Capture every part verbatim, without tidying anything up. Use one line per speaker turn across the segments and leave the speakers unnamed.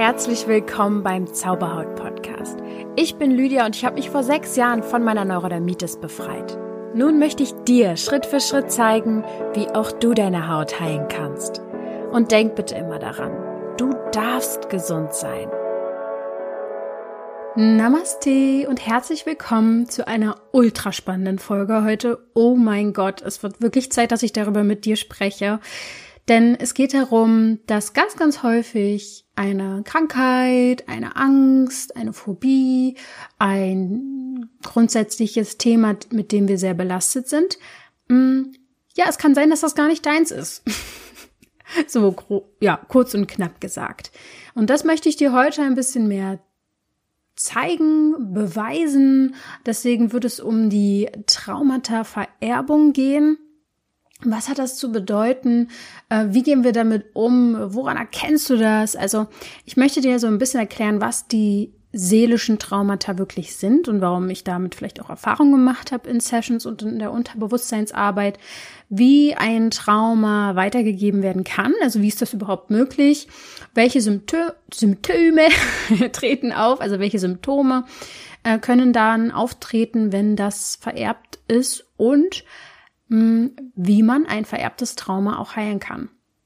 Herzlich willkommen beim Zauberhaut-Podcast. Ich bin Lydia und ich habe mich vor sechs Jahren von meiner Neurodermitis befreit. Nun möchte ich dir Schritt für Schritt zeigen, wie auch du deine Haut heilen kannst. Und denk bitte immer daran, du darfst gesund sein. Namaste und herzlich willkommen zu einer ultra spannenden Folge heute. Oh mein Gott, es wird wirklich Zeit, dass ich darüber mit dir spreche. Denn es geht darum, dass ganz, ganz häufig eine Krankheit, eine Angst, eine Phobie, ein grundsätzliches Thema, mit dem wir sehr belastet sind. Ja, es kann sein, dass das gar nicht deins ist. So, ja, kurz und knapp gesagt. Und das möchte ich dir heute ein bisschen mehr zeigen, beweisen. Deswegen wird es um die Traumata-Vererbung gehen. Was hat das zu bedeuten? Wie gehen wir damit um? Woran erkennst du das? Also ich möchte dir so ein bisschen erklären, was die seelischen Traumata wirklich sind und warum ich damit vielleicht auch Erfahrungen gemacht habe in Sessions und in der Unterbewusstseinsarbeit, wie ein Trauma weitergegeben werden kann, also wie ist das überhaupt möglich, welche Symptö- Symptome treten auf, also welche Symptome äh, können dann auftreten, wenn das vererbt ist und wie man ein vererbtes Trauma auch heilen kann.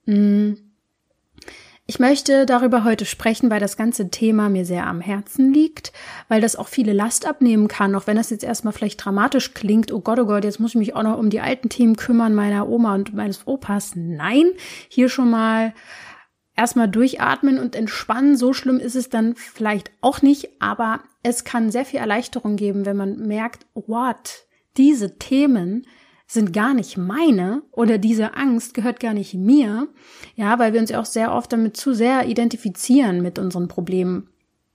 Ich möchte darüber heute sprechen, weil das ganze Thema mir sehr am Herzen liegt, weil das auch viele Last abnehmen kann, auch wenn das jetzt erstmal vielleicht dramatisch klingt. Oh Gott, oh Gott, jetzt muss ich mich auch noch um die alten Themen kümmern meiner Oma und meines Opas. Nein, hier schon mal erstmal durchatmen und entspannen. So schlimm ist es dann vielleicht auch nicht, aber es kann sehr viel Erleichterung geben, wenn man merkt, what, diese Themen sind gar nicht meine oder diese Angst gehört gar nicht mir, ja, weil wir uns ja auch sehr oft damit zu sehr identifizieren mit unseren Problemen.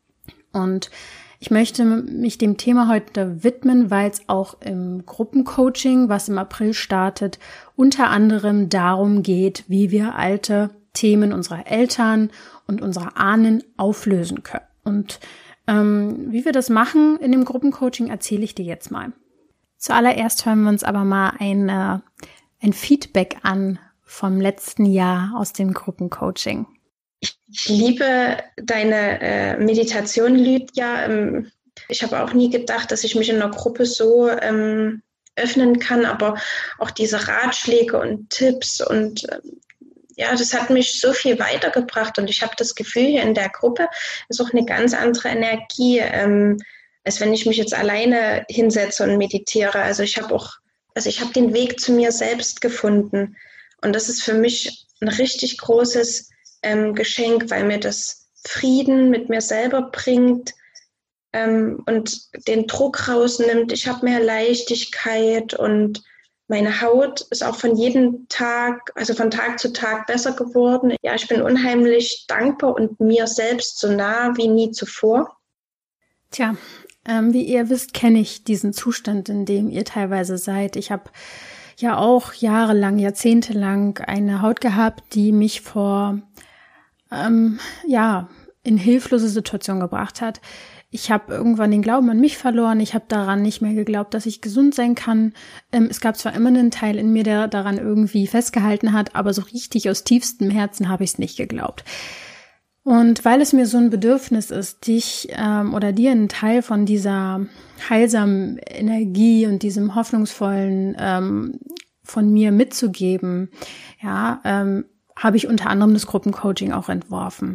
Und ich möchte mich dem Thema heute widmen, weil es auch im Gruppencoaching, was im April startet, unter anderem darum geht, wie wir alte Themen unserer Eltern und unserer Ahnen auflösen können. Und ähm, wie wir das machen in dem Gruppencoaching, erzähle ich dir jetzt mal. Zuallererst hören wir uns aber mal ein, äh, ein Feedback an vom letzten Jahr aus dem Gruppencoaching.
Ich liebe deine äh, Meditation, Lydia. Ähm, ich habe auch nie gedacht, dass ich mich in einer Gruppe so ähm, öffnen kann, aber auch diese Ratschläge und Tipps und äh, ja, das hat mich so viel weitergebracht und ich habe das Gefühl, hier in der Gruppe ist auch eine ganz andere Energie, ähm, als wenn ich mich jetzt alleine hinsetze und meditiere. Also ich habe auch, also ich habe den Weg zu mir selbst gefunden. Und das ist für mich ein richtig großes ähm, Geschenk, weil mir das Frieden mit mir selber bringt ähm, und den Druck rausnimmt. Ich habe mehr Leichtigkeit und meine Haut ist auch von jedem Tag, also von Tag zu Tag besser geworden. Ja, ich bin unheimlich dankbar und mir selbst so nah wie nie zuvor.
Tja, Ähm, wie ihr wisst, kenne ich diesen Zustand, in dem ihr teilweise seid. Ich habe ja auch jahrelang, jahrzehntelang eine Haut gehabt, die mich vor, ähm, ja, in hilflose Situationen gebracht hat. Ich habe irgendwann den Glauben an mich verloren. Ich habe daran nicht mehr geglaubt, dass ich gesund sein kann. Ähm, es gab zwar immer einen Teil in mir, der daran irgendwie festgehalten hat, aber so richtig aus tiefstem Herzen habe ich es nicht geglaubt. Und weil es mir so ein Bedürfnis ist, dich ähm, oder dir einen Teil von dieser heilsamen Energie und diesem hoffnungsvollen ähm, von mir mitzugeben, ja, ähm, habe ich unter anderem das Gruppencoaching auch entworfen.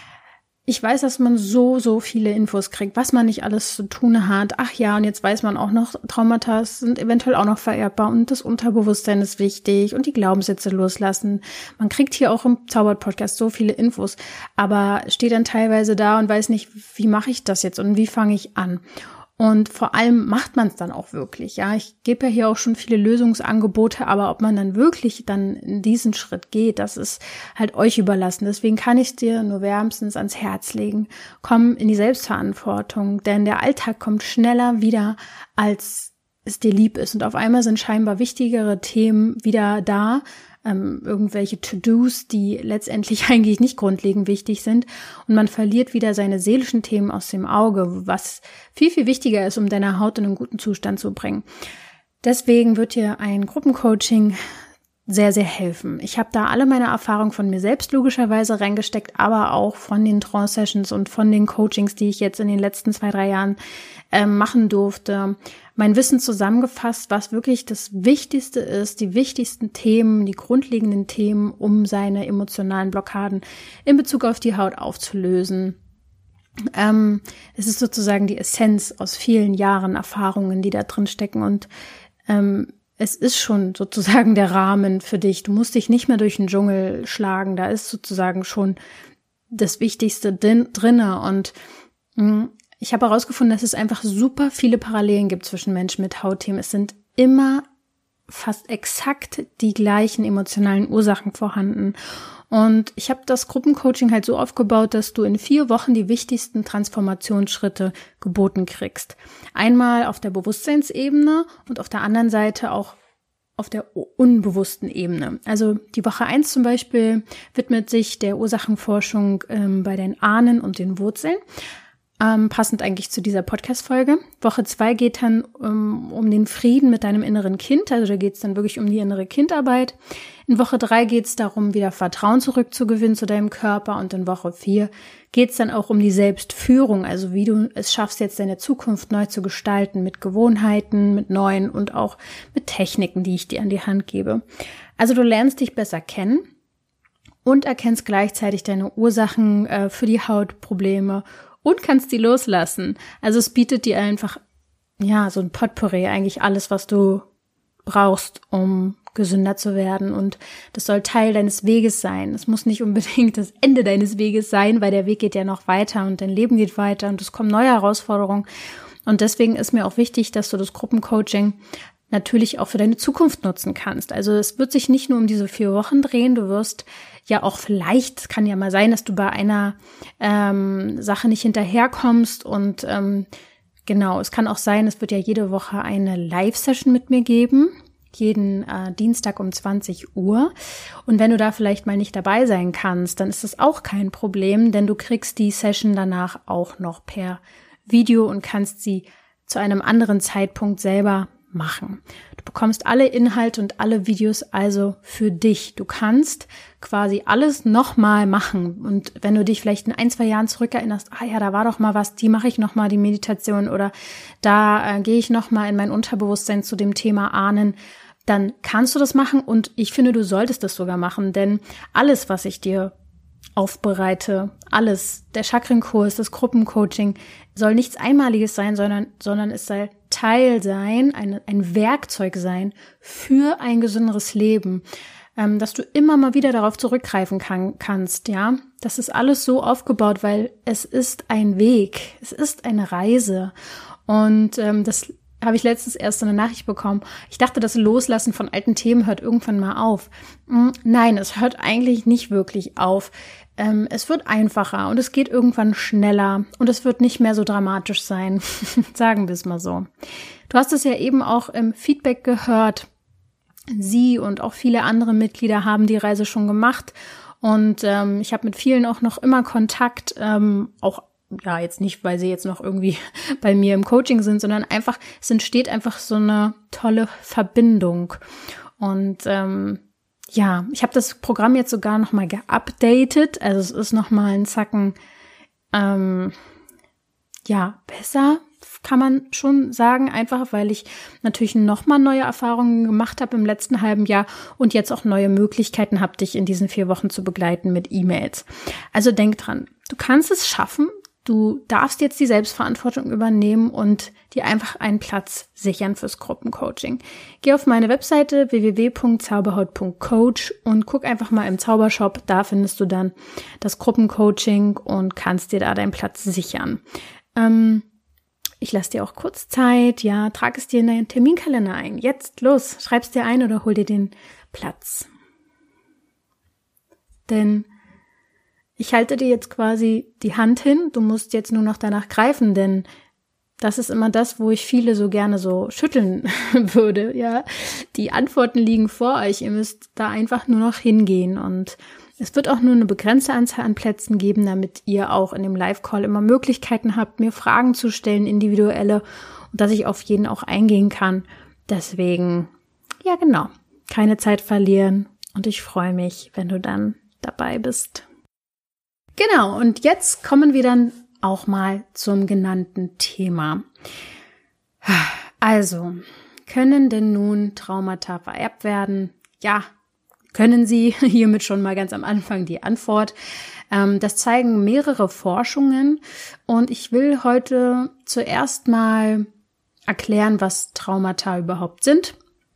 Ich weiß, dass man so, so viele Infos kriegt, was man nicht alles zu tun hat. Ach ja, und jetzt weiß man auch noch, Traumata sind eventuell auch noch vererbbar und das Unterbewusstsein ist wichtig und die Glaubenssätze loslassen. Man kriegt hier auch im Zauber-Podcast so viele Infos, aber steht dann teilweise da und weiß nicht, wie mache ich das jetzt und wie fange ich an? Und vor allem macht man es dann auch wirklich. Ja, ich gebe ja hier auch schon viele Lösungsangebote, aber ob man dann wirklich dann in diesen Schritt geht, das ist halt euch überlassen. Deswegen kann ich es dir nur wärmstens ans Herz legen. Komm in die Selbstverantwortung, denn der Alltag kommt schneller wieder, als es dir lieb ist. Und auf einmal sind scheinbar wichtigere Themen wieder da, ähm, irgendwelche To-Dos, die letztendlich eigentlich nicht grundlegend wichtig sind. Und man verliert wieder seine seelischen Themen aus dem Auge, was viel, viel wichtiger ist, um deine Haut in einen guten Zustand zu bringen. Deswegen wird dir ein Gruppencoaching sehr, sehr helfen. Ich habe da alle meine Erfahrungen von mir selbst logischerweise reingesteckt, aber auch von den Trance-Sessions und von den Coachings, die ich jetzt in den letzten zwei, drei Jahren äh, machen durfte. Mein Wissen zusammengefasst, was wirklich das Wichtigste ist, die wichtigsten Themen, die grundlegenden Themen, um seine emotionalen Blockaden in Bezug auf die Haut aufzulösen. Ähm, es ist sozusagen die Essenz aus vielen Jahren Erfahrungen, die da drin stecken, und ähm, es ist schon sozusagen der Rahmen für dich. Du musst dich nicht mehr durch den Dschungel schlagen, da ist sozusagen schon das Wichtigste din- drinne, und mh, ich habe herausgefunden, dass es einfach super viele Parallelen gibt zwischen Menschen mit Hautthemen. Es sind immer fast exakt die gleichen emotionalen Ursachen vorhanden. Und ich habe das Gruppencoaching halt so aufgebaut, dass du in vier Wochen die wichtigsten Transformationsschritte geboten kriegst. Einmal auf der Bewusstseinsebene und auf der anderen Seite auch auf der unbewussten Ebene. Also die Woche eins zum Beispiel widmet sich der Ursachenforschung ähm, bei den Ahnen und den Wurzeln. Ähm, passend eigentlich zu dieser Podcast-Folge. Woche zwei geht dann um, um den Frieden mit deinem inneren Kind, also da geht es dann wirklich um die innere Kindarbeit. In Woche drei geht es darum, wieder Vertrauen zurückzugewinnen zu deinem Körper, und in Woche vier geht es dann auch um die Selbstführung, also wie du es schaffst, jetzt deine Zukunft neu zu gestalten, mit Gewohnheiten, mit neuen und auch mit Techniken, die ich dir an die Hand gebe. Also du lernst dich besser kennen und erkennst gleichzeitig deine Ursachen äh, für die Hautprobleme und kannst die loslassen. Also es bietet dir einfach, ja, so ein Potpourri, eigentlich alles, was du brauchst, um gesünder zu werden. Und das soll Teil deines Weges sein. Es muss nicht unbedingt das Ende deines Weges sein, weil der Weg geht ja noch weiter und dein Leben geht weiter und es kommen neue Herausforderungen. Und deswegen ist mir auch wichtig, dass du das Gruppencoaching natürlich auch für deine Zukunft nutzen kannst. Also es wird sich nicht nur um diese vier Wochen drehen, du wirst ja auch vielleicht, kann ja mal sein, dass du bei einer ähm, Sache nicht hinterherkommst, und ähm, genau, es kann auch sein, es wird ja jede Woche eine Live-Session mit mir geben, jeden äh, Dienstag um zwanzig Uhr, und wenn du da vielleicht mal nicht dabei sein kannst, dann ist das auch kein Problem, denn du kriegst die Session danach auch noch per Video und kannst sie zu einem anderen Zeitpunkt selber machen. Du bekommst alle Inhalte und alle Videos also für dich. Du kannst quasi alles nochmal machen, und wenn du dich vielleicht in ein, zwei Jahren zurückerinnerst, ah ja, da war doch mal was, die mache ich nochmal, die Meditation, oder da äh, gehe ich nochmal in mein Unterbewusstsein zu dem Thema Ahnen, dann kannst du das machen, und ich finde, du solltest das sogar machen, denn alles, was ich dir aufbereite, alles, der Chakrenkurs, das Gruppencoaching, soll nichts Einmaliges sein, sondern, sondern es soll Teil sein, ein, ein Werkzeug sein für ein gesünderes Leben, ähm, dass du immer mal wieder darauf zurückgreifen kann, kannst, ja. Das ist alles so aufgebaut, weil es ist ein Weg, es ist eine Reise, und ähm, das habe ich letztens erst eine Nachricht bekommen. Ich dachte, das Loslassen von alten Themen hört irgendwann mal auf. Nein, es hört eigentlich nicht wirklich auf. Ähm, es wird einfacher und es geht irgendwann schneller und es wird nicht mehr so dramatisch sein. Sagen wir es mal so. Du hast es ja eben auch im Feedback gehört. Sie und auch viele andere Mitglieder haben die Reise schon gemacht, und ähm, ich habe mit vielen auch noch immer Kontakt, ähm, auch ja, jetzt nicht, weil sie jetzt noch irgendwie bei mir im Coaching sind, sondern einfach, es entsteht einfach so eine tolle Verbindung. Und ähm, ja, ich habe das Programm jetzt sogar noch mal geupdatet. Also es ist noch mal ein Zacken, ähm, ja, besser, kann man schon sagen, einfach weil ich natürlich noch mal neue Erfahrungen gemacht habe im letzten halben Jahr und jetzt auch neue Möglichkeiten habe, dich in diesen vier Wochen zu begleiten mit E-Mails. Also denk dran, du kannst es schaffen. Du darfst jetzt die Selbstverantwortung übernehmen und dir einfach einen Platz sichern fürs Gruppencoaching. Geh auf meine Webseite w w w punkt zauberhaut punkt coach und guck einfach mal im Zaubershop. Da findest du dann das Gruppencoaching und kannst dir da deinen Platz sichern. Ähm, ich lasse dir auch kurz Zeit. Ja, trag es dir in deinen Terminkalender ein. Jetzt los, schreib's dir ein oder hol dir den Platz. Denn ich halte dir jetzt quasi die Hand hin, du musst jetzt nur noch danach greifen, denn das ist immer das, wo ich viele so gerne so schütteln würde, ja. Die Antworten liegen vor euch, ihr müsst da einfach nur noch hingehen, und es wird auch nur eine begrenzte Anzahl an Plätzen geben, damit ihr auch in dem Live-Call immer Möglichkeiten habt, mir Fragen zu stellen, individuelle, und dass ich auf jeden auch eingehen kann. Deswegen, ja genau, keine Zeit verlieren und ich freue mich, wenn du dann dabei bist. Genau, und jetzt kommen wir dann auch mal zum genannten Thema. Also, können denn nun Traumata vererbt werden? Ja, können sie. Hiermit schon mal ganz am Anfang die Antwort. Ähm, das zeigen mehrere Forschungen und ich will heute zuerst mal erklären, was Traumata überhaupt sind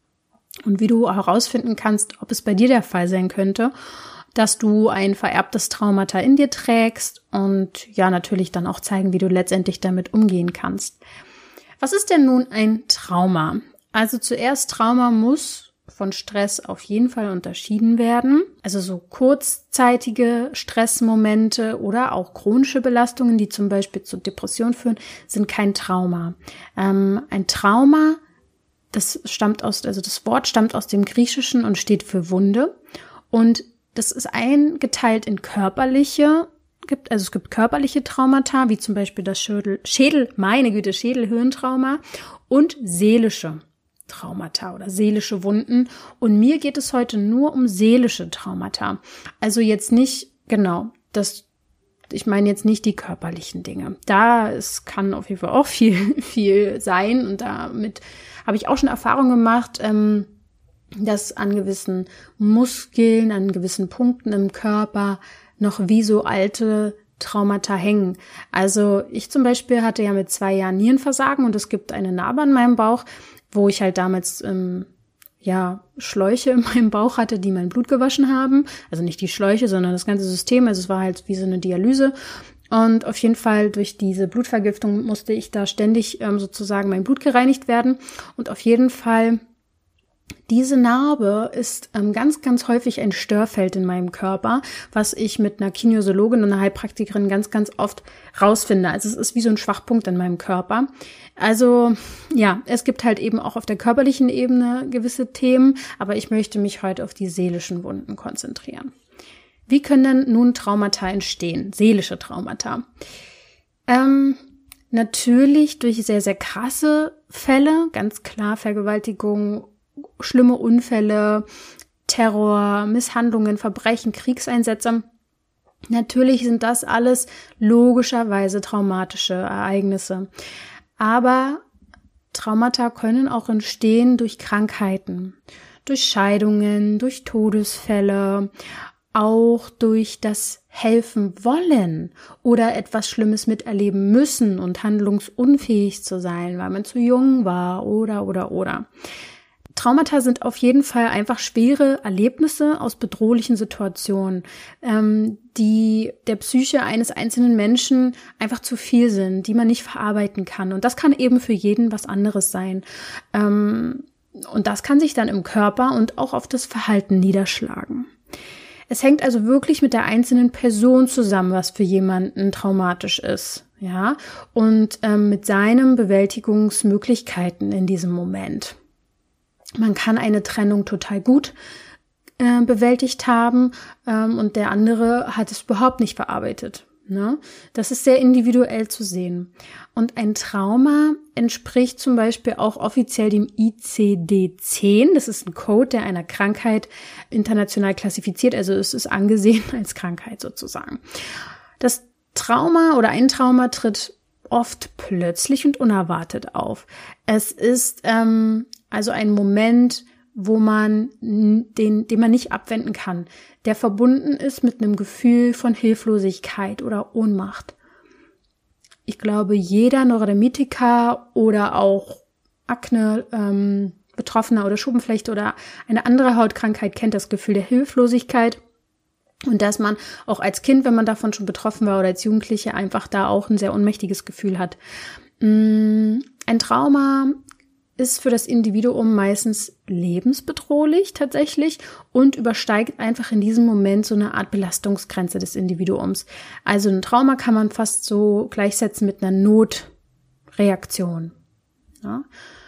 und wie du herausfinden kannst, ob es bei dir der Fall sein könnte, dass du ein vererbtes Traumata in dir trägst und ja, natürlich dann auch zeigen, wie du letztendlich damit umgehen kannst. Was ist denn nun ein Trauma? Also zuerst, Trauma muss von Stress auf jeden Fall unterschieden werden. Also so kurzzeitige Stressmomente oder auch chronische Belastungen, die zum Beispiel zu Depressionen führen, sind kein Trauma. Ähm, ein Trauma, das stammt aus, also das Wort stammt aus dem Griechischen und steht für Wunde. Und das ist eingeteilt in körperliche, gibt, also es gibt körperliche Traumata, wie zum Beispiel das Schädel, Schädel, meine Güte, Schädel-Hirntrauma und seelische Traumata oder seelische Wunden. Und mir geht es heute nur um seelische Traumata. Also jetzt nicht, genau, das, ich meine jetzt nicht die körperlichen Dinge. Da es kann auf jeden Fall auch viel, viel sein und damit habe ich auch schon Erfahrung gemacht, ähm, dass an gewissen Muskeln, an gewissen Punkten im Körper noch wie so alte Traumata hängen. Also ich zum Beispiel hatte ja mit zwei Jahren Nierenversagen und es gibt eine Narbe an meinem Bauch, wo ich halt damals ähm, ja Schläuche in meinem Bauch hatte, die mein Blut gewaschen haben. Also nicht die Schläuche, sondern das ganze System. Also es war halt wie so eine Dialyse. Und auf jeden Fall durch diese Blutvergiftung musste ich da ständig ähm, sozusagen mein Blut gereinigt werden. Und auf jeden Fall diese Narbe ist ähm, ganz, ganz häufig ein Störfeld in meinem Körper, was ich mit einer Kinesiologin und einer Heilpraktikerin ganz, ganz oft rausfinde. Also es ist wie so ein Schwachpunkt in meinem Körper. Also ja, es gibt halt eben auch auf der körperlichen Ebene gewisse Themen, aber ich möchte mich heute auf die seelischen Wunden konzentrieren. Wie können denn nun Traumata entstehen? Seelische Traumata. Ähm, natürlich durch sehr, sehr krasse Fälle, ganz klar Vergewaltigung, schlimme Unfälle, Terror, Misshandlungen, Verbrechen, Kriegseinsätze. Natürlich sind das alles logischerweise traumatische Ereignisse. Aber Traumata können auch entstehen durch Krankheiten, durch Scheidungen, durch Todesfälle, auch durch das Helfen wollen oder etwas Schlimmes miterleben müssen und handlungsunfähig zu sein, weil man zu jung war oder, oder, oder. Traumata sind auf jeden Fall einfach schwere Erlebnisse aus bedrohlichen Situationen, ähm, die der Psyche eines einzelnen Menschen einfach zu viel sind, die man nicht verarbeiten kann. Und das kann eben für jeden was anderes sein. Ähm, und das kann sich dann im Körper und auch auf das Verhalten niederschlagen. Es hängt also wirklich mit der einzelnen Person zusammen, was für jemanden traumatisch ist, ja, und ähm, mit seinen Bewältigungsmöglichkeiten in diesem Moment. Man kann eine Trennung total gut äh, bewältigt haben ähm, und der andere hat es überhaupt nicht verarbeitet. Ne? Das ist sehr individuell zu sehen. Und ein Trauma entspricht zum Beispiel auch offiziell dem I C D zehn. Das ist ein Code, der einer Krankheit international klassifiziert. Also es ist angesehen als Krankheit sozusagen. Das Trauma oder ein Trauma tritt oft plötzlich und unerwartet auf. Es ist ähm, also ein Moment, wo man den, den man nicht abwenden kann, der verbunden ist mit einem Gefühl von Hilflosigkeit oder Ohnmacht. Ich glaube, jeder Neurodermitiker oder auch Akne ähm, Betroffener oder Schuppenflechte oder eine andere Hautkrankheit kennt das Gefühl der Hilflosigkeit. Und dass man auch als Kind, wenn man davon schon betroffen war oder als Jugendliche, einfach da auch ein sehr ohnmächtiges Gefühl hat. Ein Trauma ist für das Individuum meistens lebensbedrohlich tatsächlich und übersteigt einfach in diesem Moment so eine Art Belastungsgrenze des Individuums. Also ein Trauma kann man fast so gleichsetzen mit einer Notreaktion. Ja,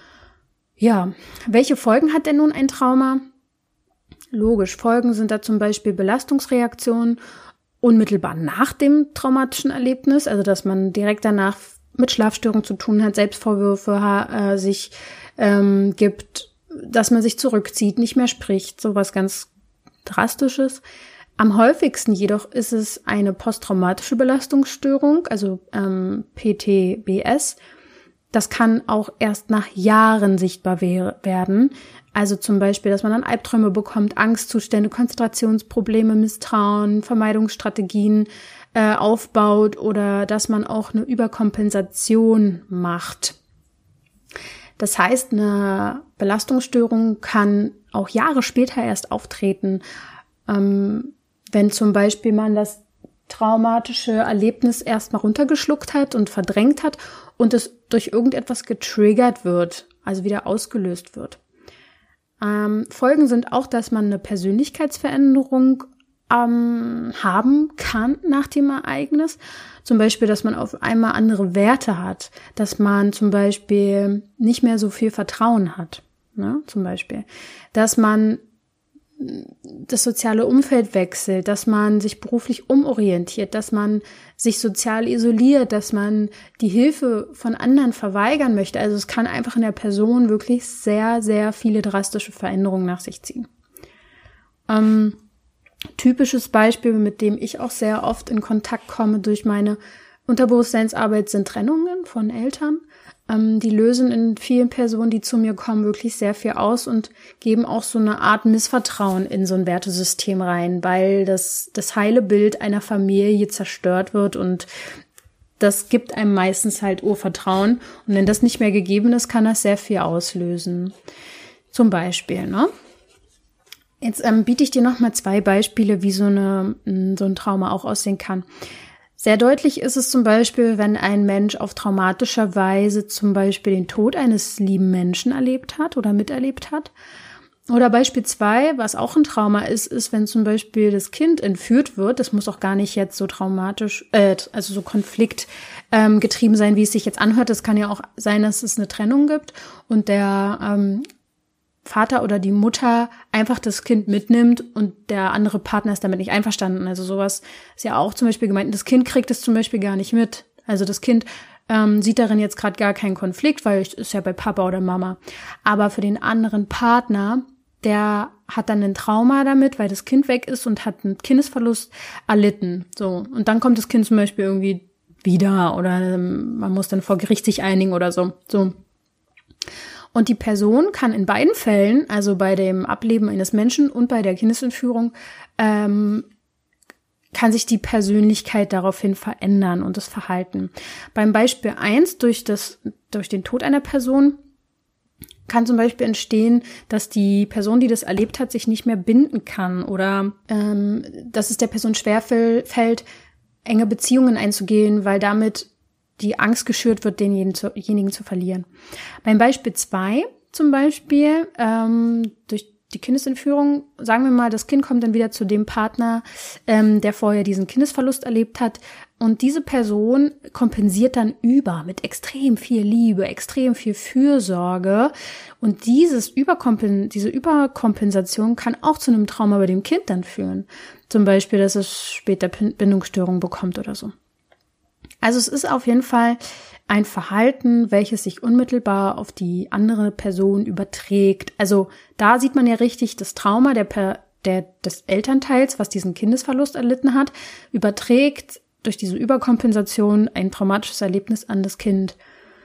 ja. Welche Folgen hat denn nun ein Trauma? Logisch, Folgen sind da zum Beispiel Belastungsreaktionen unmittelbar nach dem traumatischen Erlebnis, also dass man direkt danach mit Schlafstörungen zu tun hat, Selbstvorwürfe äh, sich ähm, gibt, dass man sich zurückzieht, nicht mehr spricht, sowas ganz Drastisches. Am häufigsten jedoch ist es eine posttraumatische Belastungsstörung, also ähm, P T B S. Das kann auch erst nach Jahren sichtbar we- werden. Also zum Beispiel, dass man dann Albträume bekommt, Angstzustände, Konzentrationsprobleme, Misstrauen, Vermeidungsstrategien äh, aufbaut oder dass man auch eine Überkompensation macht. Das heißt, eine Belastungsstörung kann auch Jahre später erst auftreten, ähm, wenn zum Beispiel man das traumatische Erlebnis erstmal runtergeschluckt hat und verdrängt hat und es durch irgendetwas getriggert wird, also wieder ausgelöst wird. Ähm, Folgen sind auch, dass man eine Persönlichkeitsveränderung ähm, haben kann nach dem Ereignis. Zum Beispiel, dass man auf einmal andere Werte hat, dass man zum Beispiel nicht mehr so viel Vertrauen hat, ne? Zum Beispiel, dass man das soziale Umfeld wechselt, dass man sich beruflich umorientiert, dass man sich sozial isoliert, dass man die Hilfe von anderen verweigern möchte. Also es kann einfach in der Person wirklich sehr, sehr viele drastische Veränderungen nach sich ziehen. Ähm, typisches Beispiel, mit dem ich auch sehr oft in Kontakt komme durch meine Unterbewusstseinsarbeit, sind Trennungen von Eltern. Ähm, die lösen in vielen Personen, die zu mir kommen, wirklich sehr viel aus und geben auch so eine Art Missvertrauen in so ein Wertesystem rein, weil das, das heile Bild einer Familie zerstört wird und das gibt einem meistens halt Urvertrauen. Und wenn das nicht mehr gegeben ist, kann das sehr viel auslösen. Zum Beispiel, ne? Jetzt ähm, biete ich dir noch mal zwei Beispiele, wie so, eine, so ein Trauma auch aussehen kann. Sehr deutlich ist es zum Beispiel, wenn ein Mensch auf traumatischer Weise zum Beispiel den Tod eines lieben Menschen erlebt hat oder miterlebt hat. Oder Beispiel zwei, was auch ein Trauma ist, ist, wenn zum Beispiel das Kind entführt wird. Das muss auch gar nicht jetzt so traumatisch, äh, also so konfliktgetrieben ähm, getrieben sein, wie es sich jetzt anhört. Es kann ja auch sein, dass es eine Trennung gibt und der ähm, Vater oder die Mutter einfach das Kind mitnimmt und der andere Partner ist damit nicht einverstanden. Also sowas ist ja auch zum Beispiel gemeint. Das Kind kriegt es zum Beispiel gar nicht mit. Also das Kind ähm, sieht darin jetzt gerade gar keinen Konflikt, weil es ist ja bei Papa oder Mama. Aber für den anderen Partner, der hat dann ein Trauma damit, weil das Kind weg ist und hat einen Kindesverlust erlitten. So, und dann kommt das Kind zum Beispiel irgendwie wieder oder ähm, man muss dann vor Gericht sich einigen oder so. So. Und die Person kann in beiden Fällen, also bei dem Ableben eines Menschen und bei der Kindesentführung, ähm, kann sich die Persönlichkeit daraufhin verändern und das Verhalten. Beim Beispiel eins, durch das, durch den Tod einer Person, kann zum Beispiel entstehen, dass die Person, die das erlebt hat, sich nicht mehr binden kann oder ähm, dass es der Person schwerfällt, enge Beziehungen einzugehen, weil damit die Angst geschürt wird, denjenigen zu verlieren. Beim Beispiel zwei zum Beispiel, ähm, durch die Kindesentführung, sagen wir mal, das Kind kommt dann wieder zu dem Partner, ähm, der vorher diesen Kindesverlust erlebt hat. Und diese Person kompensiert dann über mit extrem viel Liebe, extrem viel Fürsorge. Und dieses Überkompen- diese Überkompensation kann auch zu einem Trauma bei dem Kind dann führen. Zum Beispiel, dass es später Bindungsstörungen bekommt oder so. Also es ist auf jeden Fall ein Verhalten, welches sich unmittelbar auf die andere Person überträgt. Also da sieht man ja richtig das Trauma der, der des Elternteils, was diesen Kindesverlust erlitten hat, überträgt durch diese Überkompensation ein traumatisches Erlebnis an das Kind.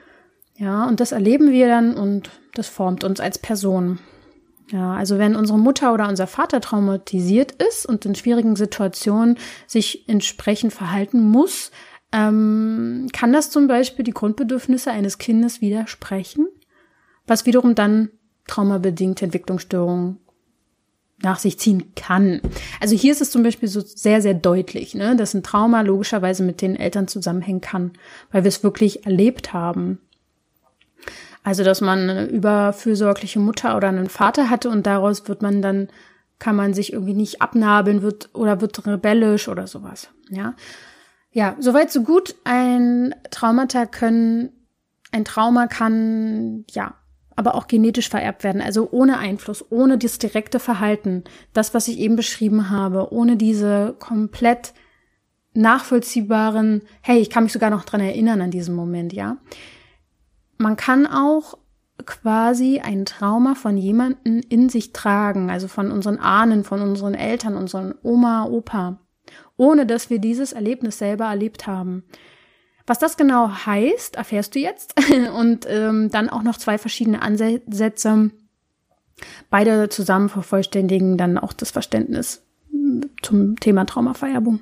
Ja, und das erleben wir dann und das formt uns als Person. Ja, also wenn unsere Mutter oder unser Vater traumatisiert ist und in schwierigen Situationen sich entsprechend verhalten muss, ähm, kann das zum Beispiel die Grundbedürfnisse eines Kindes widersprechen, was wiederum dann traumabedingte Entwicklungsstörungen nach sich ziehen kann. Also hier ist es zum Beispiel so sehr, sehr deutlich, ne, dass ein Trauma logischerweise mit den Eltern zusammenhängen kann, weil wir es wirklich erlebt haben. Also, dass man eine überfürsorgliche Mutter oder einen Vater hatte und daraus wird man dann, kann man sich irgendwie nicht abnabeln wird oder wird rebellisch oder sowas, ja. Ja, soweit so gut. Ein Traumata können, ein Trauma kann, ja, aber auch genetisch vererbt werden, also ohne Einfluss, ohne das direkte Verhalten, das, was ich eben beschrieben habe, ohne diese komplett nachvollziehbaren, hey, ich kann mich sogar noch dran erinnern an diesen Moment, ja. Man kann auch quasi ein Trauma von jemandem in sich tragen, also von unseren Ahnen, von unseren Eltern, unseren Oma, Opa, ohne dass wir dieses Erlebnis selber erlebt haben. Was das genau heißt, erfährst du jetzt. Und ähm, dann auch noch zwei verschiedene Ansätze. Beide zusammen vervollständigen dann auch das Verständnis zum Thema Traumavererbung.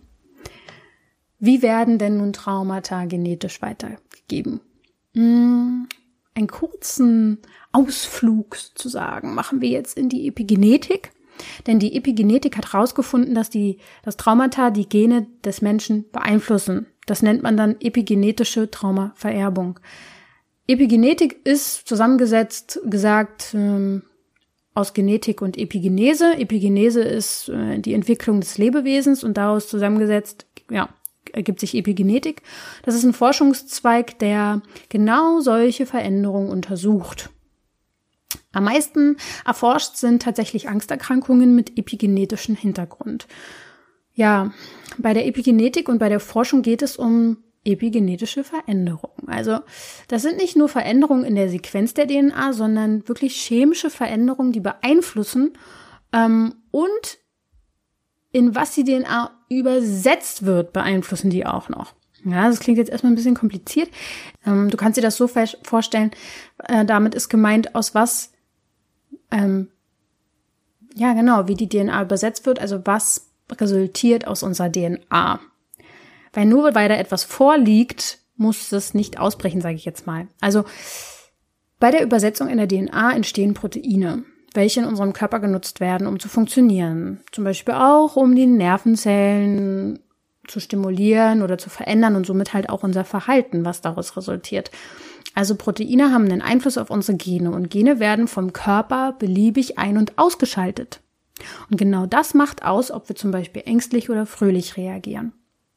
Wie werden denn nun Traumata genetisch weitergegeben? Hm, einen kurzen Ausflug sozusagen machen wir jetzt in die Epigenetik. Denn die Epigenetik hat herausgefunden, dass die, dass Traumata die Gene des Menschen beeinflussen. Das nennt man dann epigenetische Traumavererbung. Epigenetik ist zusammengesetzt, gesagt, ähm, aus Genetik und Epigenese. Epigenese ist äh, die Entwicklung des Lebewesens und daraus zusammengesetzt, ja, ergibt sich Epigenetik. Das ist ein Forschungszweig, der genau solche Veränderungen untersucht. Am meisten erforscht sind tatsächlich Angsterkrankungen mit epigenetischem Hintergrund. Ja, bei der Epigenetik und bei der Forschung geht es um epigenetische Veränderungen. Also das sind nicht nur Veränderungen in der Sequenz der D N A, sondern wirklich chemische Veränderungen, die beeinflussen ähm, und in was die D N A übersetzt wird, beeinflussen die auch noch. Ja, das klingt jetzt erstmal ein bisschen kompliziert. Ähm, du kannst dir das so vorstellen, äh, damit ist gemeint, aus was, ähm, ja genau, wie die D N A übersetzt wird, also was resultiert aus unserer D N A. Weil nur weil da etwas vorliegt, muss es nicht ausbrechen, sage ich jetzt mal. Also bei der Übersetzung in der D N A entstehen Proteine, welche in unserem Körper genutzt werden, um zu funktionieren. Zum Beispiel auch, um die Nervenzellen zu stimulieren oder zu verändern und somit halt auch unser Verhalten, was daraus resultiert. Also Proteine haben einen Einfluss auf unsere Gene und Gene werden vom Körper beliebig ein- und ausgeschaltet. Und genau das macht aus, ob wir zum Beispiel ängstlich oder fröhlich reagieren.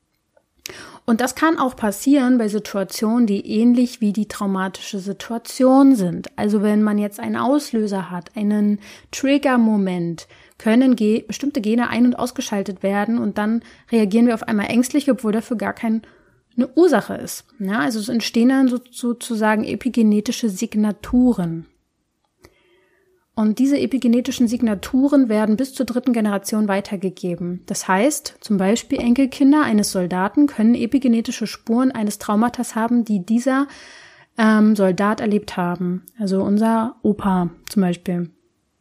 Und das kann auch passieren bei Situationen, die ähnlich wie die traumatische Situation sind. Also wenn man jetzt einen Auslöser hat, einen Trigger-Moment, können ge- bestimmte Gene ein- und ausgeschaltet werden und dann reagieren wir auf einmal ängstlich, obwohl dafür gar keine Ursache ist. Ja, also es entstehen dann so, sozusagen epigenetische Signaturen. Und diese epigenetischen Signaturen werden bis zur dritten Generation weitergegeben. Das heißt, zum Beispiel Enkelkinder eines Soldaten können epigenetische Spuren eines Traumatas haben, die dieser ähm, Soldat erlebt haben. Also unser Opa zum Beispiel.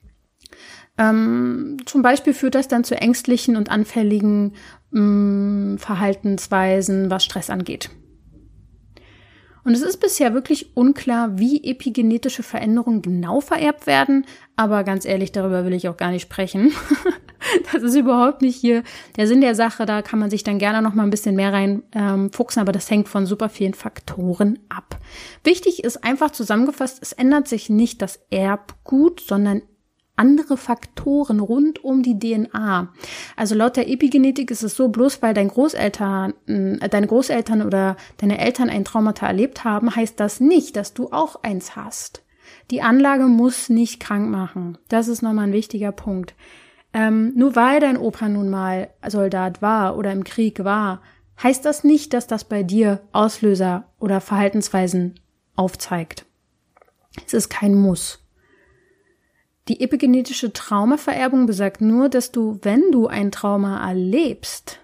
Ähm, zum Beispiel führt das dann zu ängstlichen und anfälligen ähm, Verhaltensweisen, was Stress angeht. Und es ist bisher wirklich unklar, wie epigenetische Veränderungen genau vererbt werden. Aber ganz ehrlich, darüber will ich auch gar nicht sprechen. Das ist überhaupt nicht hier der Sinn der Sache. Da kann man sich dann gerne noch mal ein bisschen mehr reinfuchsen. Ähm, aber das hängt von super vielen Faktoren ab. Wichtig ist einfach zusammengefasst, es ändert sich nicht das Erbgut, sondern andere Faktoren rund um die D N A. Also laut der Epigenetik ist es so, bloß weil dein Großeltern, äh, deine Großeltern oder deine Eltern ein Traumata erlebt haben, heißt das nicht, dass du auch eins hast. Die Anlage muss nicht krank machen. Das ist nochmal ein wichtiger Punkt. Ähm, nur weil dein Opa nun mal Soldat war oder im Krieg war, heißt das nicht, dass das bei dir Auslöser oder Verhaltensweisen aufzeigt. Es ist kein Muss. Die epigenetische Traumavererbung besagt nur, dass du, wenn du ein Trauma erlebst,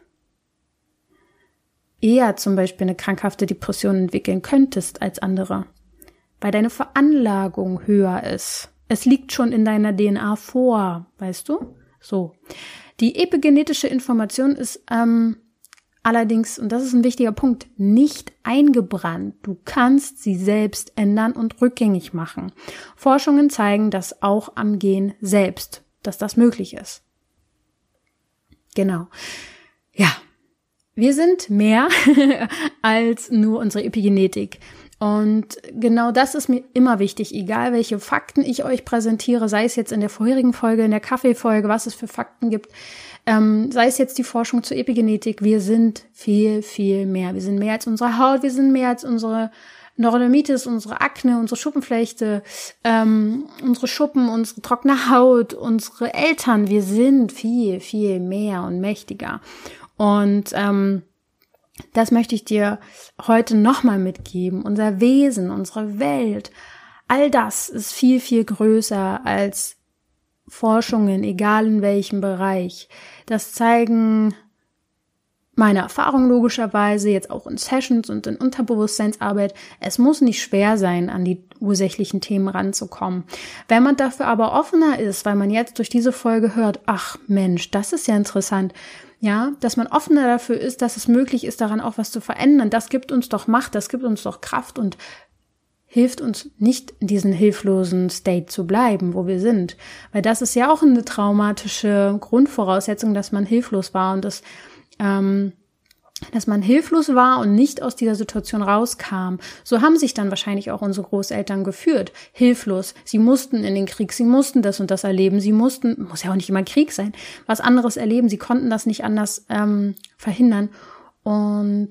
eher zum Beispiel eine krankhafte Depression entwickeln könntest als andere, weil deine Veranlagung höher ist. Es liegt schon in deiner D N A vor, weißt du? So. Die epigenetische Information ist ähm, allerdings, und das ist ein wichtiger Punkt, nicht eingebrannt. Du kannst sie selbst ändern und rückgängig machen. Forschungen zeigen das auch am Gen selbst, dass das möglich ist. Genau. Ja, wir sind mehr als nur unsere Epigenetik. Und genau das ist mir immer wichtig, egal welche Fakten ich euch präsentiere, sei es jetzt in der vorherigen Folge, in der Kaffeefolge, was es für Fakten gibt, ähm, sei es jetzt die Forschung zur Epigenetik, wir sind viel, viel mehr. Wir sind mehr als unsere Haut, wir sind mehr als unsere Neurodermitis, unsere Akne, unsere Schuppenflechte, ähm, unsere Schuppen, unsere trockene Haut, unsere Eltern. Wir sind viel, viel mehr und mächtiger. Und ähm, das möchte ich dir heute nochmal mitgeben. Unser Wesen, unsere Welt All das ist viel, viel größer als Forschungen, egal in welchem Bereich. Das zeigen meine Erfahrungen logischerweise, jetzt auch in Sessions und in Unterbewusstseinsarbeit. Es muss nicht schwer sein, an die ursächlichen Themen ranzukommen. Wenn man dafür aber offener ist, weil man jetzt durch diese Folge hört, ach Mensch, das ist ja interessant, ja, dass man offener dafür ist, dass es möglich ist, daran auch was zu verändern, das gibt uns doch Macht, das gibt uns doch Kraft und hilft uns nicht in diesen hilflosen State zu bleiben, wo wir sind. Weil das ist ja auch eine traumatische Grundvoraussetzung, dass man hilflos war und das Ähm, dass man hilflos war und nicht aus dieser Situation rauskam. So haben sich dann wahrscheinlich auch unsere Großeltern geführt. Hilflos. Sie mussten in den Krieg, sie mussten das und das erleben. Sie mussten, muss ja auch nicht immer Krieg sein, was anderes erleben. Sie konnten das nicht anders ähm, verhindern. Und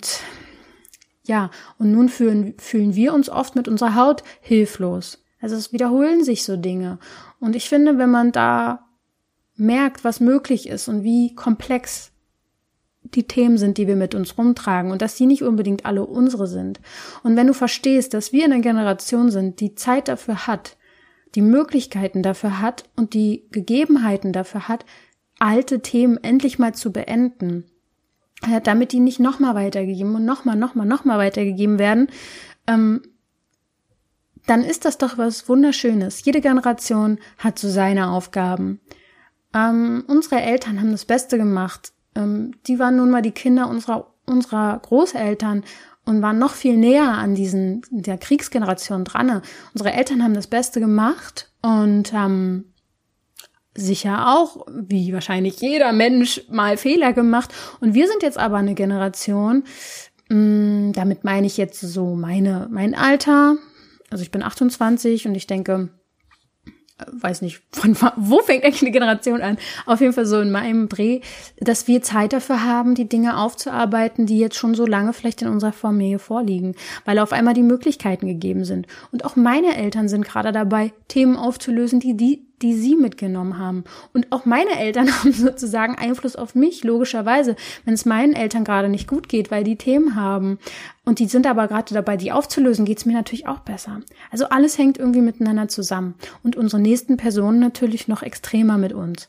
ja, und nun fühlen, fühlen wir uns oft mit unserer Haut hilflos. Also es wiederholen sich so Dinge. Und ich finde, wenn man da merkt, was möglich ist und wie komplex die Themen sind, die wir mit uns rumtragen und dass die nicht unbedingt alle unsere sind. Und wenn du verstehst, dass wir eine Generation sind, die Zeit dafür hat, die Möglichkeiten dafür hat und die Gegebenheiten dafür hat, alte Themen endlich mal zu beenden, damit die nicht nochmal weitergegeben und nochmal, nochmal, nochmal weitergegeben werden, ähm, dann ist das doch was Wunderschönes. Jede Generation hat so seine Aufgaben. Ähm, unsere Eltern haben das Beste gemacht. Die waren nun mal die Kinder unserer unserer Großeltern und waren noch viel näher an diesen der Kriegsgeneration dran. Unsere Eltern haben das Beste gemacht und haben sicher auch, wie wahrscheinlich jeder Mensch, mal Fehler gemacht. Und wir sind jetzt aber eine Generation, mh, damit meine ich jetzt so meine mein Alter. Also ich bin achtundzwanzig und ich denke, weiß nicht, von wo fängt eigentlich eine Generation an? Auf jeden Fall so in meinem Dreh, dass wir Zeit dafür haben, die Dinge aufzuarbeiten, die jetzt schon so lange vielleicht in unserer Familie vorliegen, weil auf einmal die Möglichkeiten gegeben sind. Und auch meine Eltern sind gerade dabei, Themen aufzulösen, die die die sie mitgenommen haben. Und auch meine Eltern haben sozusagen Einfluss auf mich, logischerweise, wenn es meinen Eltern gerade nicht gut geht, weil die Themen haben. Und die sind aber gerade dabei, die aufzulösen, geht es mir natürlich auch besser. Also alles hängt irgendwie miteinander zusammen. Und unsere nächsten Personen natürlich noch extremer mit uns.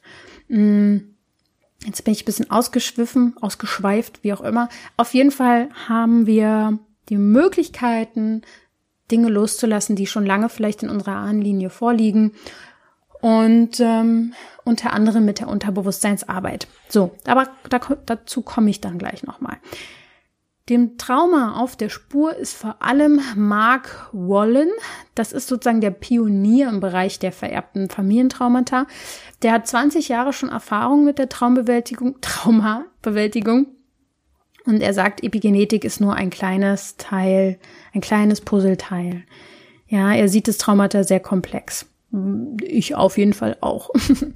Jetzt bin ich ein bisschen ausgeschwiffen, ausgeschweift, wie auch immer. Auf jeden Fall haben wir die Möglichkeiten, Dinge loszulassen, die schon lange vielleicht in unserer Ahnenlinie vorliegen. Und ähm, unter anderem mit der Unterbewusstseinsarbeit. So, aber da, dazu komme ich dann gleich nochmal. Dem Trauma auf der Spur ist vor allem Mark Wollen. Das ist sozusagen der Pionier im Bereich der vererbten Familientraumata. Der hat zwanzig Jahre schon Erfahrung mit der Traumbewältigung, Traumabewältigung. Und er sagt, Epigenetik ist nur ein kleines Teil, ein kleines Puzzleteil. Ja, er sieht das Traumata sehr komplex. Ich auf jeden Fall auch.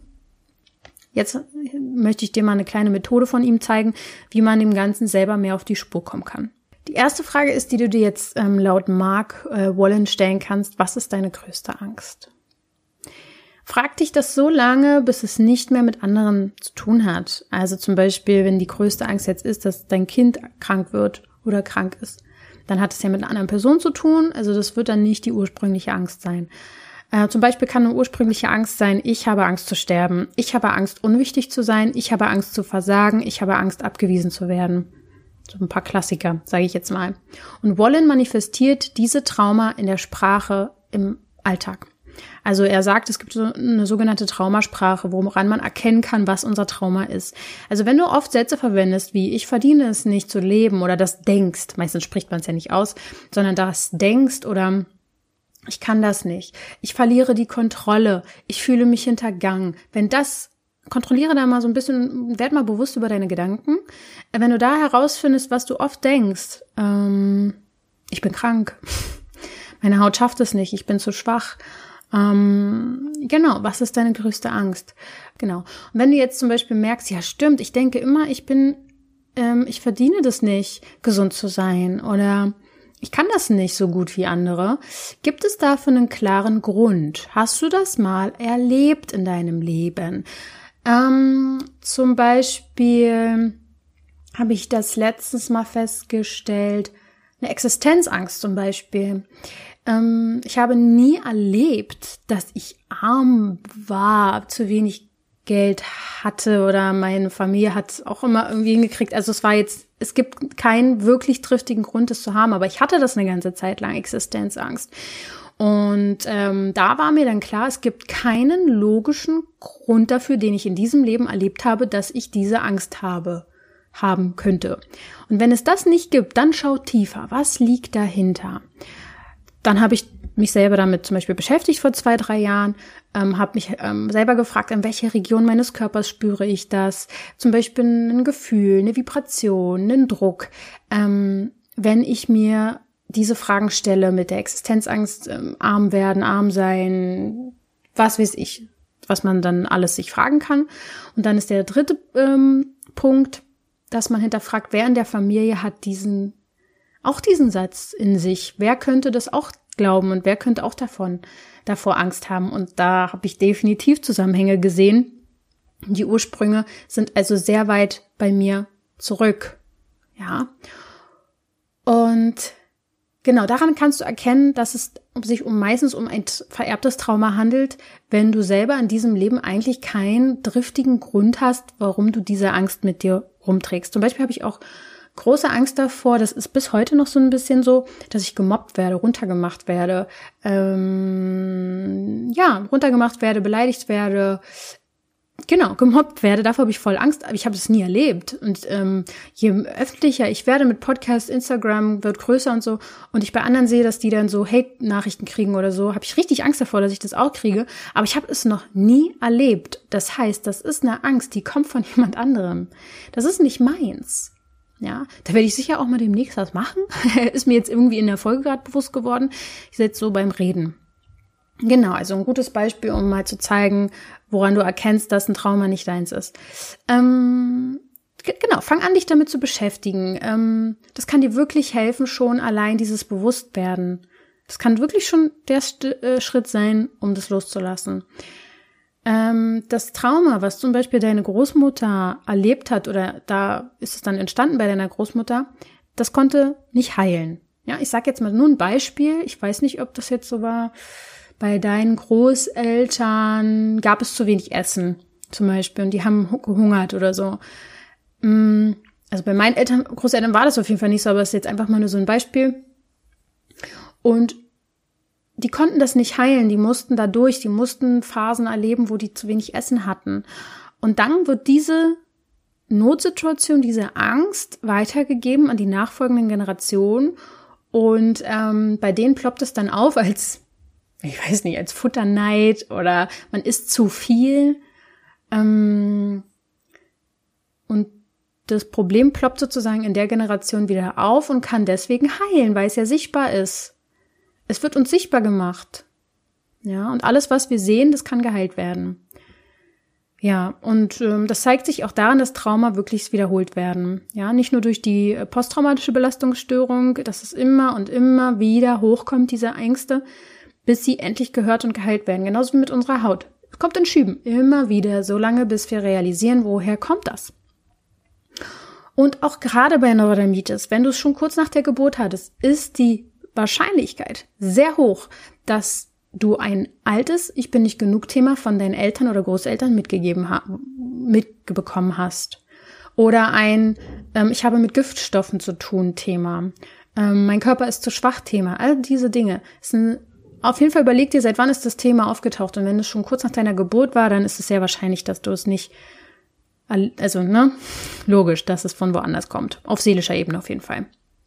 Jetzt möchte ich dir mal eine kleine Methode von ihm zeigen, wie man dem Ganzen selber mehr auf die Spur kommen kann. Die erste Frage ist, die du dir jetzt ähm, laut Mark äh, Wollen stellen kannst: Was ist deine größte Angst? Frag dich das so lange, bis es nicht mehr mit anderen zu tun hat. Also zum Beispiel, wenn die größte Angst jetzt ist, dass dein Kind krank wird oder krank ist, dann hat es ja mit einer anderen Person zu tun. Also das wird dann nicht die ursprüngliche Angst sein. Äh, zum Beispiel kann eine ursprüngliche Angst sein, ich habe Angst zu sterben, ich habe Angst, unwichtig zu sein, ich habe Angst zu versagen, ich habe Angst, abgewiesen zu werden. So ein paar Klassiker, sage ich jetzt mal. Und Wollen manifestiert diese Trauma in der Sprache im Alltag. Also er sagt, es gibt so eine sogenannte Traumasprache, woran man erkennen kann, was unser Trauma ist. Also wenn du oft Sätze verwendest wie ich verdiene es nicht zu leben oder das denkst, meistens spricht man es ja nicht aus, sondern das denkst oder ich kann das nicht, ich verliere die Kontrolle, ich fühle mich hintergangen. Wenn das, kontrolliere da mal so ein bisschen, werd mal bewusst über deine Gedanken. Wenn du da herausfindest, was du oft denkst, ähm, ich bin krank, meine Haut schafft es nicht, ich bin zu schwach. Ähm, genau, was ist deine größte Angst? Genau. Und wenn du jetzt zum Beispiel merkst, ja stimmt, ich denke immer, ich bin, ähm, ich verdiene das nicht, gesund zu sein oder ich kann das nicht so gut wie andere. Gibt es dafür einen klaren Grund? Hast du das mal erlebt in deinem Leben? Ähm, zum Beispiel habe ich das letztens mal festgestellt, eine Existenzangst zum Beispiel. Ähm, ich habe nie erlebt, dass ich arm war, zu wenig Geld hatte oder meine Familie hat es auch immer irgendwie hingekriegt. Also es war jetzt, es gibt keinen wirklich triftigen Grund, das zu haben, aber ich hatte das eine ganze Zeit lang, Existenzangst. Und ähm, da war mir dann klar, es gibt keinen logischen Grund dafür, den ich in diesem Leben erlebt habe, dass ich diese Angst habe, haben könnte. Und wenn es das nicht gibt, dann schau tiefer. Was liegt dahinter? Dann habe ich mich selber damit zum Beispiel beschäftigt vor zwei, drei Jahren, ähm, habe mich ähm, selber gefragt, in welcher Region meines Körpers spüre ich das? Zum Beispiel ein Gefühl, eine Vibration, einen Druck. Ähm, wenn ich mir diese Fragen stelle mit der Existenzangst, ähm, arm werden, arm sein, was weiß ich, was man dann alles sich fragen kann. Und dann ist der dritte ähm, Punkt, dass man hinterfragt, wer in der Familie hat diesen, auch diesen Satz in sich. Wer könnte das auch glauben und wer könnte auch davon, davor Angst haben? Und da habe ich definitiv Zusammenhänge gesehen. Die Ursprünge sind also sehr weit bei mir zurück. Ja. Und genau, daran kannst du erkennen, dass es sich um meistens um ein vererbtes Trauma handelt, wenn du selber in diesem Leben eigentlich keinen triftigen Grund hast, warum du diese Angst mit dir rumträgst. Zum Beispiel habe ich auch große Angst davor, das ist bis heute noch so ein bisschen so, dass ich gemobbt werde, runtergemacht werde, ähm, ja, runtergemacht werde, beleidigt werde, genau, gemobbt werde, davor habe ich voll Angst, aber ich habe es nie erlebt. Und ähm, je öffentlicher ich werde mit Podcasts, Instagram wird größer und so, und ich bei anderen sehe, dass die dann so Hate-Nachrichten kriegen oder so, habe ich richtig Angst davor, dass ich das auch kriege. Aber ich habe es noch nie erlebt. Das heißt, das ist eine Angst, die kommt von jemand anderem. Das ist nicht meins. Ja, da werde ich sicher auch mal demnächst was machen. Ist mir jetzt irgendwie in der Folge gerade bewusst geworden. Ich sitze so beim Reden. Genau, also ein gutes Beispiel, um mal zu zeigen, woran du erkennst, dass ein Trauma nicht deins ist. Ähm, g- genau, fang an, dich damit zu beschäftigen. Ähm, das kann dir wirklich helfen, schon allein dieses Bewusstwerden. Das kann wirklich schon der St- äh, Schritt sein, um das loszulassen. Ähm, das Trauma, was zum Beispiel deine Großmutter erlebt hat, oder da ist es dann entstanden bei deiner Großmutter, das konnte nicht heilen. Ja, ich sage jetzt mal nur ein Beispiel. Ich weiß nicht, ob das jetzt so war. Bei deinen Großeltern gab es zu wenig Essen, zum Beispiel, und die haben gehungert oder so. Also bei meinen Eltern, Großeltern war das auf jeden Fall nicht so, aber es ist jetzt einfach mal nur so ein Beispiel. Und die konnten das nicht heilen, die mussten da durch, die mussten Phasen erleben, wo die zu wenig Essen hatten. Und dann wird diese Notsituation, diese Angst weitergegeben an die nachfolgenden Generationen. Und ähm, bei denen ploppt es dann auf als, ich weiß nicht, als Futterneid oder man isst zu viel. Ähm, und das Problem ploppt sozusagen in der Generation wieder auf und kann deswegen heilen, weil es ja sichtbar ist. Es wird uns sichtbar gemacht. Ja, und alles, was wir sehen, das kann geheilt werden. Ja, und ähm, das zeigt sich auch daran, dass Trauma wirklich wiederholt werden. Ja, nicht nur durch die äh, posttraumatische Belastungsstörung, dass es immer und immer wieder hochkommt, diese Ängste, bis sie endlich gehört und geheilt werden. Genauso wie mit unserer Haut. Es kommt in Schüben, immer wieder, so lange, bis wir realisieren, woher kommt das. Und auch gerade bei Neurodermitis, wenn du es schon kurz nach der Geburt hattest, ist die Wahrscheinlichkeit sehr hoch, dass du ein altes Ich bin nicht genug Thema von deinen Eltern oder Großeltern mitgegeben ha- mitbekommen hast. Oder ein ähm, Ich habe mit Giftstoffen zu tun Thema. Ähm, mein Körper ist zu schwach Thema. All diese Dinge. Es sind, auf jeden Fall überleg dir, seit wann ist das Thema aufgetaucht. Und wenn es schon kurz nach deiner Geburt war, dann ist es sehr wahrscheinlich, dass du es nicht, also, ne, logisch, dass es von woanders kommt. Auf seelischer Ebene auf jeden Fall.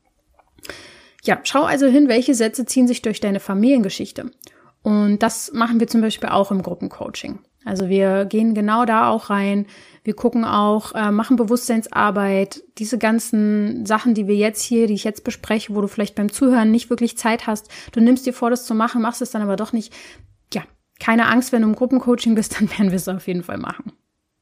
Ja, schau also hin, welche Sätze ziehen sich durch deine Familiengeschichte. Und das machen wir zum Beispiel auch im Gruppencoaching. Also wir gehen genau da auch rein. Wir gucken auch, äh, machen Bewusstseinsarbeit. Diese ganzen Sachen, die wir jetzt hier, die ich jetzt bespreche, wo du vielleicht beim Zuhören nicht wirklich Zeit hast. Du nimmst dir vor, das zu machen, machst es dann aber doch nicht. Ja, keine Angst, wenn du im Gruppencoaching bist, dann werden wir es auf jeden Fall machen.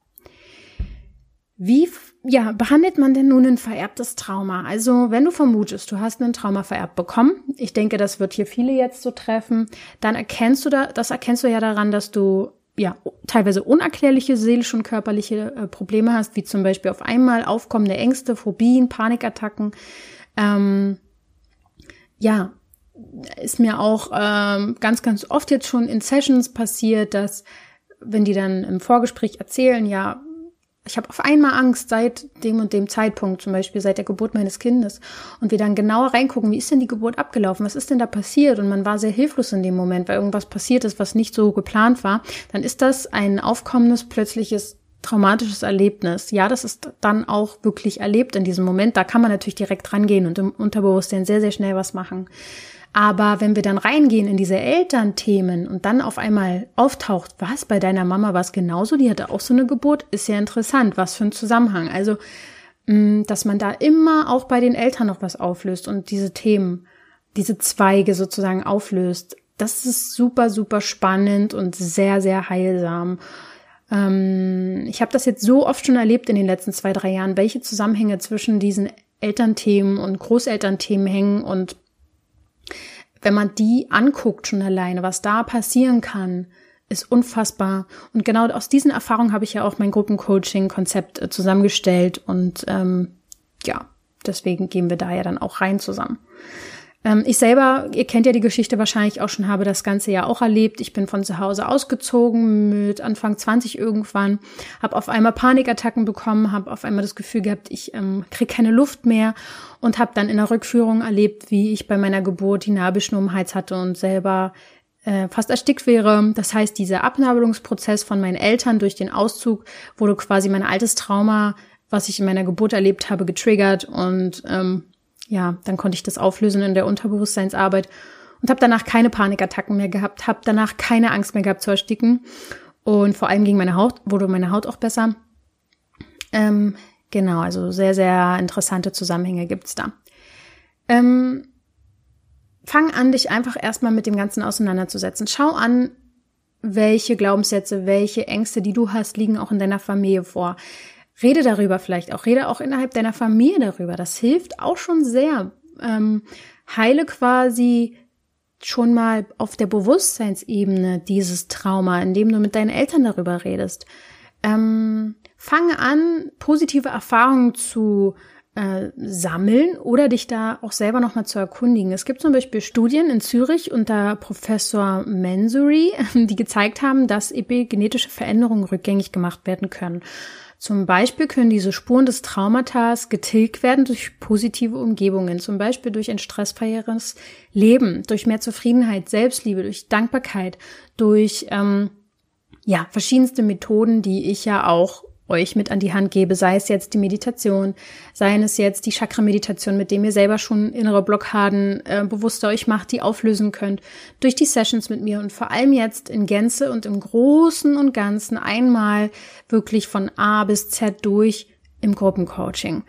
Wie ja, behandelt man denn nun ein vererbtes Trauma? Also wenn du vermutest, du hast ein Trauma vererbt bekommen, ich denke, das wird hier viele jetzt so treffen, dann erkennst du da, das erkennst du ja daran, dass du ja teilweise unerklärliche seelische und körperliche äh, Probleme hast, wie zum Beispiel auf einmal aufkommende Ängste, Phobien, Panikattacken. Ähm, ja, ist mir auch ähm, ganz, ganz oft jetzt schon in Sessions passiert, dass wenn die dann im Vorgespräch erzählen, ja, ich habe auf einmal Angst seit dem und dem Zeitpunkt, zum Beispiel seit der Geburt meines Kindes. Und wir dann genauer reingucken, wie ist denn die Geburt abgelaufen? Was ist denn da passiert? Und man war sehr hilflos in dem Moment, weil irgendwas passiert ist, was nicht so geplant war. Dann ist das ein aufkommendes, plötzliches, traumatisches Erlebnis. Ja, das ist dann auch wirklich erlebt in diesem Moment. Da kann man natürlich direkt rangehen und im Unterbewusstsein sehr, sehr schnell was machen. Aber wenn wir dann reingehen in diese Elternthemen und dann auf einmal auftaucht, was, bei deiner Mama war es genauso, die hatte auch so eine Geburt, ist ja interessant, was für ein Zusammenhang. Also, dass man da immer auch bei den Eltern noch was auflöst und diese Themen, diese Zweige sozusagen auflöst, das ist super, super spannend und sehr, sehr heilsam. Ich habe das jetzt so oft schon erlebt in den letzten zwei, drei Jahren, welche Zusammenhänge zwischen diesen Elternthemen und Großelternthemen hängen, und wenn man die anguckt schon alleine, was da passieren kann, ist unfassbar. Und genau aus diesen Erfahrungen habe ich ja auch mein Gruppencoaching-Konzept äh, zusammengestellt. Und ähm, ja, deswegen gehen wir da ja dann auch rein zusammen. Ähm, ich selber, ihr kennt ja die Geschichte wahrscheinlich auch schon, habe das Ganze ja auch erlebt. Ich bin von zu Hause ausgezogen mit Anfang zwanzig irgendwann, habe auf einmal Panikattacken bekommen, habe auf einmal das Gefühl gehabt, ich ähm, kriege keine Luft mehr. Und habe dann in der Rückführung erlebt, wie ich bei meiner Geburt die Nabelschnur im Hals hatte und selber äh, fast erstickt wäre. Das heißt, dieser Abnabelungsprozess von meinen Eltern durch den Auszug wurde quasi mein altes Trauma, was ich in meiner Geburt erlebt habe, getriggert. Und ähm, ja, dann konnte ich das auflösen in der Unterbewusstseinsarbeit und habe danach keine Panikattacken mehr gehabt, habe danach keine Angst mehr gehabt zu ersticken. Und vor allem ging meine Haut, wurde meine Haut auch besser. Ähm, Genau, also sehr, sehr interessante Zusammenhänge gibt's da. Ähm, fang an, dich einfach erstmal mit dem Ganzen auseinanderzusetzen. Schau an, welche Glaubenssätze, welche Ängste, die du hast, liegen auch in deiner Familie vor. Rede darüber vielleicht auch, rede auch innerhalb deiner Familie darüber. Das hilft auch schon sehr. Ähm, heile quasi schon mal auf der Bewusstseinsebene dieses Trauma, indem du mit deinen Eltern darüber redest. Ähm, Fange an, positive Erfahrungen zu äh, sammeln oder dich da auch selber nochmal zu erkundigen. Es gibt zum Beispiel Studien in Zürich unter Professor Mansouri, die gezeigt haben, dass epigenetische Veränderungen rückgängig gemacht werden können. Zum Beispiel können diese Spuren des Traumatas getilgt werden durch positive Umgebungen, zum Beispiel durch ein stressfreieres Leben, durch mehr Zufriedenheit, Selbstliebe, durch Dankbarkeit, durch ähm, ja verschiedenste Methoden, die ich ja auch euch mit an die Hand gebe, sei es jetzt die Meditation, sei es jetzt die Chakra-Meditation, mit dem ihr selber schon innere Blockaden äh, bewusster euch macht, die auflösen könnt, durch die Sessions mit mir und vor allem jetzt in Gänze und im Großen und Ganzen einmal wirklich von A bis Z durch im Gruppencoaching.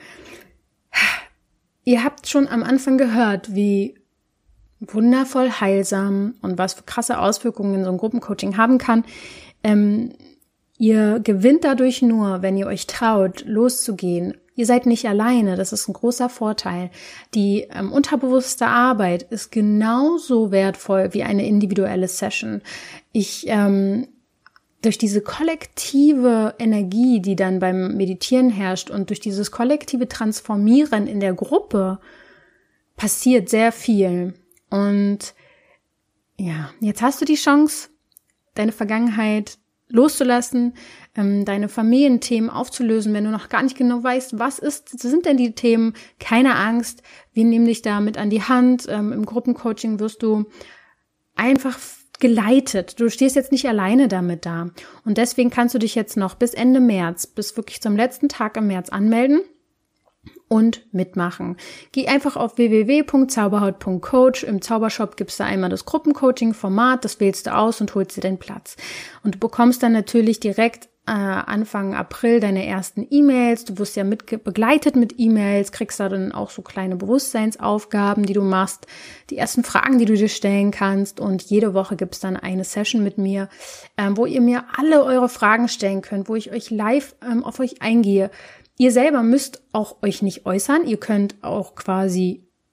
Ihr habt schon am Anfang gehört, wie wundervoll heilsam und was für krasse Auswirkungen so ein Gruppencoaching haben kann. Ähm, Ihr gewinnt dadurch nur, wenn ihr euch traut, loszugehen. Ihr seid nicht alleine, das ist ein großer Vorteil. Die ähm, unterbewusste Arbeit ist genauso wertvoll wie eine individuelle Session. Ich, ähm, durch diese kollektive Energie, die dann beim Meditieren herrscht und durch dieses kollektive Transformieren in der Gruppe passiert sehr viel. Und ja, jetzt hast du die Chance, deine Vergangenheit loszulassen, ähm, deine Familienthemen aufzulösen, wenn du noch gar nicht genau weißt, was ist, sind denn die Themen, keine Angst, wir nehmen dich da mit an die Hand, ähm, im Gruppencoaching wirst du einfach geleitet, du stehst jetzt nicht alleine damit da und deswegen kannst du dich jetzt noch bis Ende März, bis wirklich zum letzten Tag im März anmelden und mitmachen. Geh einfach auf w w w punkt zauberhaut punkt coach. Im Zaubershop gibt's da einmal das Gruppencoaching-Format, das wählst du aus und holst dir den Platz. Und du bekommst dann natürlich direkt äh, Anfang April deine ersten E-Mails. Du wirst ja mit begleitet mit E-Mails, kriegst da dann auch so kleine Bewusstseinsaufgaben, die du machst, die ersten Fragen, die du dir stellen kannst. Und jede Woche gibt's dann eine Session mit mir, ähm, wo ihr mir alle eure Fragen stellen könnt, wo ich euch live ähm, auf euch eingehe. Ihr selber müsst auch euch nicht äußern. Ihr könnt auch quasi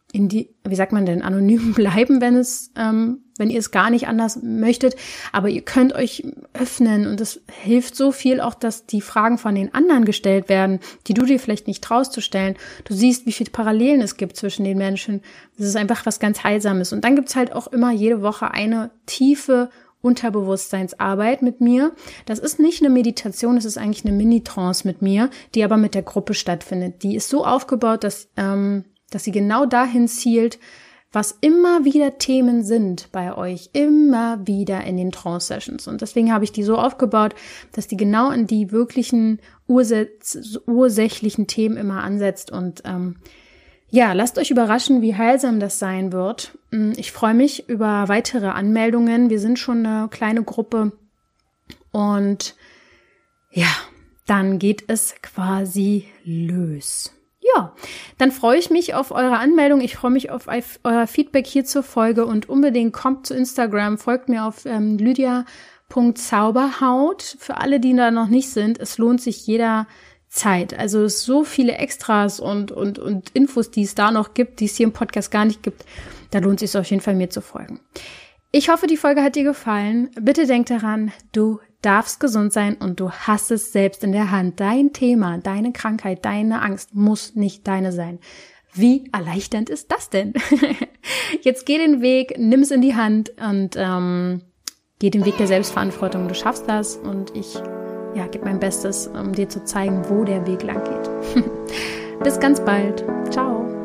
in die, wie sagt man denn, anonym bleiben, wenn es, ähm, wenn ihr es gar nicht anders möchtet. Aber ihr könnt euch öffnen und es hilft so viel auch, dass die Fragen von den anderen gestellt werden, die du dir vielleicht nicht traust zu stellen. Du siehst, wie viele Parallelen es gibt zwischen den Menschen. Das ist einfach was ganz Heilsames. Und dann gibt's halt auch immer jede Woche eine tiefe Unterbewusstseinsarbeit mit mir. Das ist nicht eine Meditation, es ist eigentlich eine Mini-Trance mit mir, die aber mit der Gruppe stattfindet. Die ist so aufgebaut, dass ähm, dass sie genau dahin zielt, was immer wieder Themen sind bei euch, immer wieder in den Trance-Sessions. Und deswegen habe ich die so aufgebaut, dass die genau in die wirklichen ursäch- ursächlichen Themen immer ansetzt. Und ähm, ja, lasst euch überraschen, wie heilsam das sein wird. Ich freue mich über weitere Anmeldungen. Wir sind schon eine kleine Gruppe. Und ja, dann geht es quasi los. Ja, dann freue ich mich auf eure Anmeldung. Ich freue mich auf euer Feedback hier zur Folge und unbedingt kommt zu Instagram, folgt mir auf ähm, lydia punkt zauberhaut. Für alle, die da noch nicht sind, es lohnt sich jederzeit. Also es so viele Extras und und und Infos, die es da noch gibt, die es hier im Podcast gar nicht gibt. Da lohnt es sich auf jeden Fall, mir zu folgen. Ich hoffe, die Folge hat dir gefallen. Bitte denk daran, du darfst gesund sein und du hast es selbst in der Hand. Dein Thema, deine Krankheit, deine Angst muss nicht deine sein. Wie erleichternd ist das denn? Jetzt geh den Weg, nimm es in die Hand und ähm, geh den Weg der Selbstverantwortung. Du schaffst das und ich ja, gebe mein Bestes, um dir zu zeigen, wo der Weg lang geht. Bis ganz bald. Ciao.